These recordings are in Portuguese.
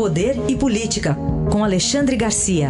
Poder e Política, com Alexandre Garcia.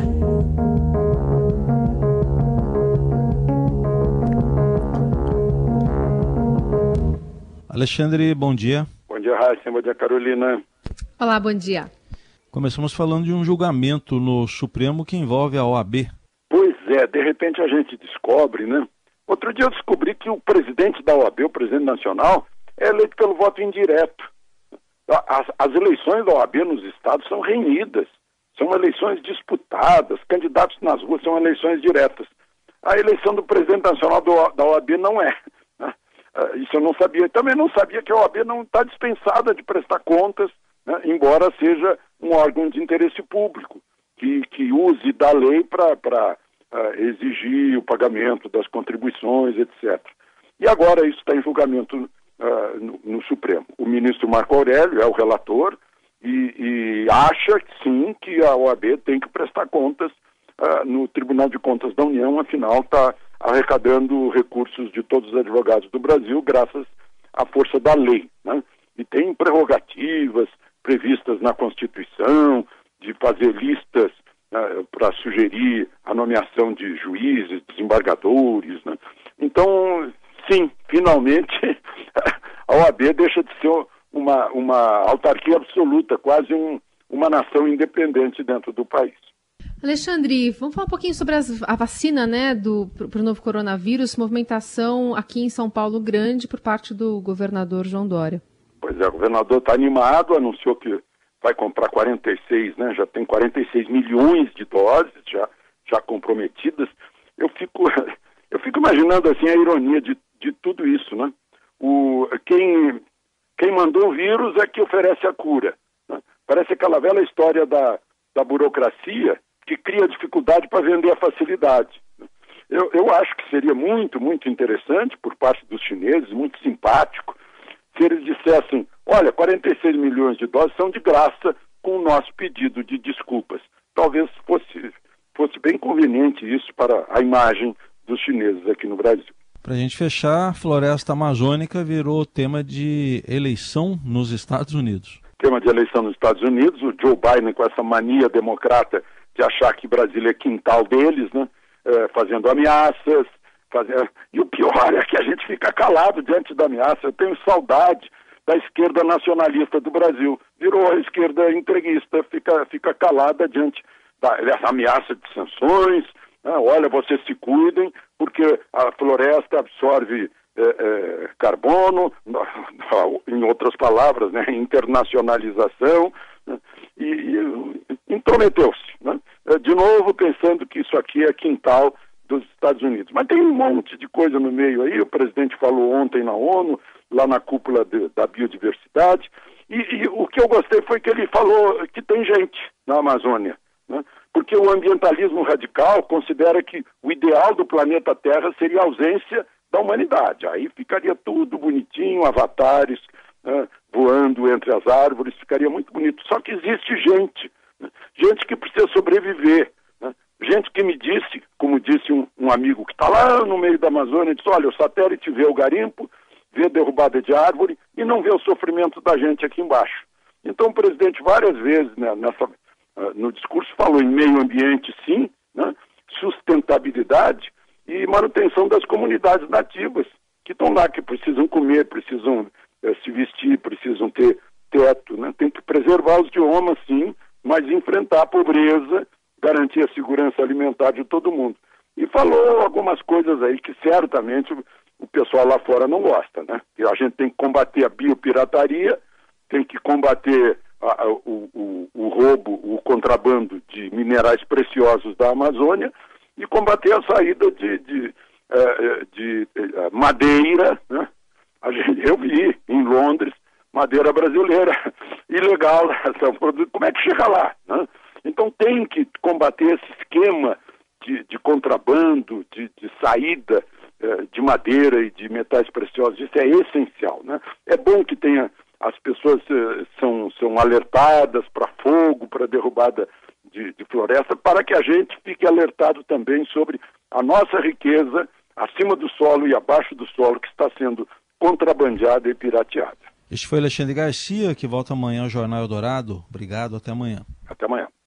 Alexandre, bom dia. Bom dia, Raíssa. Bom dia, Carolina. Olá, bom dia. Começamos falando de um julgamento no Supremo que envolve a OAB. Pois é, de repente a gente descobre, né? Outro dia eu descobri que o presidente da OAB, o presidente nacional, é eleito pelo voto indireto. As eleições da OAB nos estados são renhidas, são eleições disputadas, candidatos nas ruas são eleições diretas. A eleição do presidente nacional da OAB não é. Isso eu não sabia. Também não sabia que a OAB não está dispensada de prestar contas, né, embora seja um órgão de interesse público, que use da lei para exigir o pagamento das contribuições, etc. E agora isso está em julgamento no Supremo. O ministro Marco Aurélio é o relator e acha que sim, que a OAB tem que prestar contas no Tribunal de Contas da União, afinal está arrecadando recursos de todos os advogados do Brasil graças à força da lei, né? E tem prerrogativas previstas na Constituição de fazer listas para sugerir a nomeação de juízes, desembargadores, né? Então, sim, finalmente a OAB deixa de ser uma autarquia absoluta, quase uma nação independente dentro do país. Alexandre, vamos falar um pouquinho sobre a vacina, né, para o novo coronavírus, movimentação aqui em São Paulo grande por parte do governador João Dória. Pois é, o governador está animado, anunciou que vai comprar 46, né, já tem 46 milhões de doses já comprometidas. Eu fico imaginando assim a ironia de tudo isso, né? Quem mandou o vírus é que oferece a cura, né? Parece aquela velha história da burocracia que cria dificuldade para vender a facilidade. Eu acho que seria muito, muito interessante por parte dos chineses, muito simpático, se eles dissessem, olha, 46 milhões de doses são de graça com o nosso pedido de desculpas. Talvez fosse bem conveniente isso para a imagem dos chineses aqui no Brasil. Para a gente fechar, a floresta amazônica virou tema de eleição nos Estados Unidos. Tema de eleição nos Estados Unidos, o Joe Biden com essa mania democrata de achar que Brasília é quintal deles, né? Fazendo ameaças. E o pior é que a gente fica calado diante da ameaça. Eu tenho saudade da esquerda nacionalista do Brasil. Virou a esquerda entreguista, fica calada diante dessa ameaça de sanções. Olha, vocês se cuidem, porque a floresta absorve carbono, em outras palavras, né, internacionalização, né, e intrometeu-se, né, de novo pensando que isso aqui é quintal dos Estados Unidos. Mas tem um monte de coisa no meio aí, o presidente falou ontem na ONU, lá na cúpula da biodiversidade, e o que eu gostei foi que ele falou que tem gente na Amazônia, né, porque o ambientalismo radical considera que o ideal do planeta Terra seria a ausência da humanidade. Aí ficaria tudo bonitinho, avatares voando entre as árvores, ficaria muito bonito. Só que existe gente, né? Gente que precisa sobreviver, né? Gente que me disse, como disse um amigo que está lá no meio da Amazônia, disse, olha, o satélite vê o garimpo, vê a derrubada de árvore e não vê o sofrimento da gente aqui embaixo. Então o presidente várias vezes, né, no discurso falou em meio ambiente sim, né, sustentabilidade e manutenção das comunidades nativas, que estão lá, que precisam comer, precisam se vestir, precisam ter teto, né? Tem que preservar os biomas, sim, mas enfrentar a pobreza, garantir a segurança alimentar de todo mundo. E falou algumas coisas aí que certamente o pessoal lá fora não gosta, né? Que a gente tem que combater a biopirataria, tem que combater o roubo, o contrabando de minerais preciosos da Amazônia e combater a saída de madeira, né? Eu vi em Londres madeira brasileira ilegal, como é que chega lá, né? Então tem que combater esse esquema de contrabando, de saída de madeira e de metais preciosos. Isso é essencial, né? É bom que tenha, as pessoas são alertadas para fogo, para derrubada de floresta, para que a gente fique alertado também sobre a nossa riqueza acima do solo e abaixo do solo que está sendo contrabandeada e pirateada. Este foi Alexandre Garcia, que volta amanhã ao Jornal Eldorado. Obrigado, até amanhã. Até amanhã.